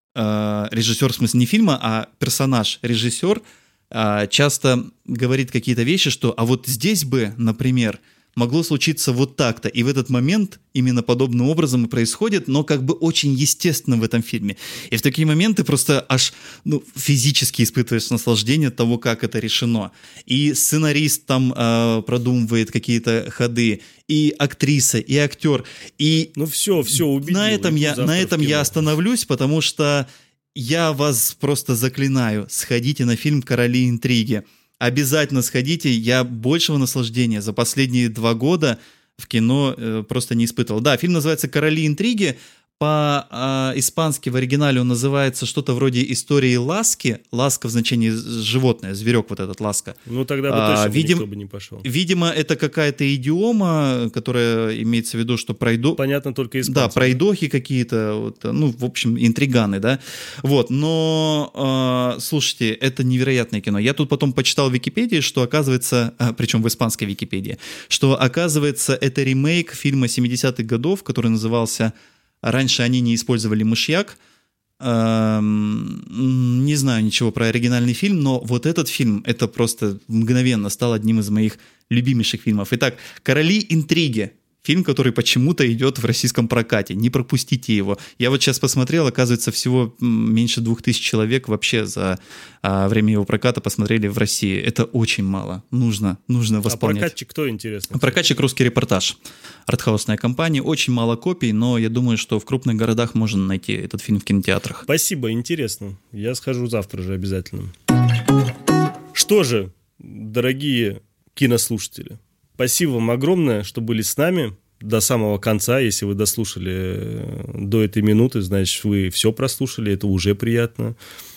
Speaker 3: в смысле не фильма, а персонаж, режиссер, часто говорит какие-то вещи, что «а вот здесь бы, например, могло случиться вот так-то». И в этот момент именно подобным образом и происходит, но как бы очень естественно в этом фильме. И в такие моменты просто аж физически испытываешь наслаждение от того, как это решено. И сценарист там продумывает какие-то ходы, и актриса, и актер. И
Speaker 1: все убедил.
Speaker 3: На этом я остановлюсь, потому что я вас просто заклинаю, сходите на фильм «Короли интриги». Обязательно сходите, я большего наслаждения за последние 2 года в кино просто не испытывал. Да, фильм называется «Короли интриги», по-испански в оригинале он называется что-то вроде «Истории ласки». Ласка в значении животное, зверек вот этот, ласка.
Speaker 1: Ну тогда бы точно никто бы не пошел.
Speaker 3: Видимо, это какая-то идиома, которая имеется в виду, что
Speaker 1: понятно только испанцам.
Speaker 3: Да, пройдохи какие-то, в общем, интриганы, да. Вот, но, слушайте, это невероятное кино. Я тут потом почитал в Википедии, что оказывается, причем в испанской Википедии, что оказывается это ремейк фильма 70-х годов, который назывался... Раньше они не использовали мышьяк. Не знаю ничего про оригинальный фильм, но вот этот фильм, это просто мгновенно стал одним из моих любимейших фильмов. Итак, «Короли интриги». Фильм, который почему-то идет в российском прокате. Не пропустите его. Я вот сейчас посмотрел, оказывается, всего меньше 2000 человек вообще за время его проката посмотрели в России. Это очень мало. Нужно восполнять.
Speaker 1: А прокатчик кто, интересно?
Speaker 3: Прокатчик «Русский репортаж». Артхаусная компания. Очень мало копий, но я думаю, что в крупных городах можно найти этот фильм в кинотеатрах.
Speaker 1: Спасибо, интересно. Я схожу завтра же обязательно. Что же, дорогие кинослушатели, спасибо вам огромное, что были с нами до самого конца. Если вы дослушали до этой минуты, значит, вы все прослушали, это уже приятно.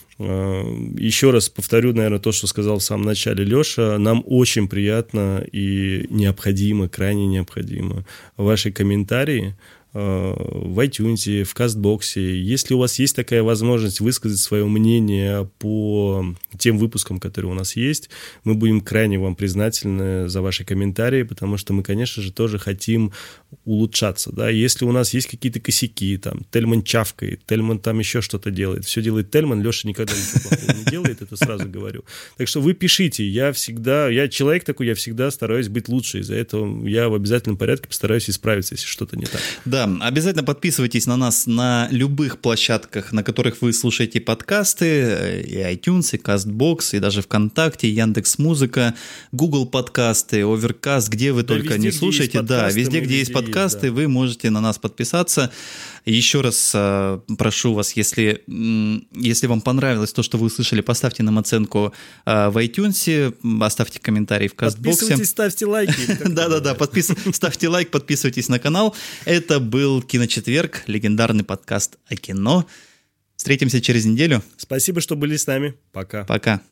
Speaker 1: Еще раз повторю, наверное, то, что сказал в самом начале Леша. Нам очень приятно и необходимо, крайне необходимо ваши комментарии в iTunes, в Кастбоксе. Если у вас есть такая возможность высказать свое мнение по тем выпускам, которые у нас есть, мы будем крайне вам признательны за ваши комментарии, потому что мы, конечно же, тоже хотим улучшаться. Да? Если у нас есть какие-то косяки, там, Тельман чавкает, Тельман там еще что-то делает, все делает Тельман, Леша никогда ничего плохого не делает, это сразу говорю. Так что вы пишите, я человек такой, я всегда стараюсь быть лучше, из-за этого я в обязательном порядке постараюсь исправиться, если что-то не так.
Speaker 3: Да, обязательно подписывайтесь на нас на любых площадках, на которых вы слушаете подкасты, и iTunes, и CastBox, и даже ВКонтакте, Яндекс.Музыка, Google подкасты, Overcast, где вы только не слушаете. Да, везде, где есть подкасты, вы можете на нас подписаться. Еще раз прошу вас, если вам понравилось то, что вы услышали, поставьте нам оценку в iTunes, оставьте комментарий в CastBox.
Speaker 1: Подписывайтесь, ставьте лайки.
Speaker 3: Да-да-да, ставьте лайк, подписывайтесь на канал. Это был «Киночетверг», легендарный подкаст о кино. Встретимся через неделю.
Speaker 1: Спасибо, что были с нами. Пока.
Speaker 3: Пока.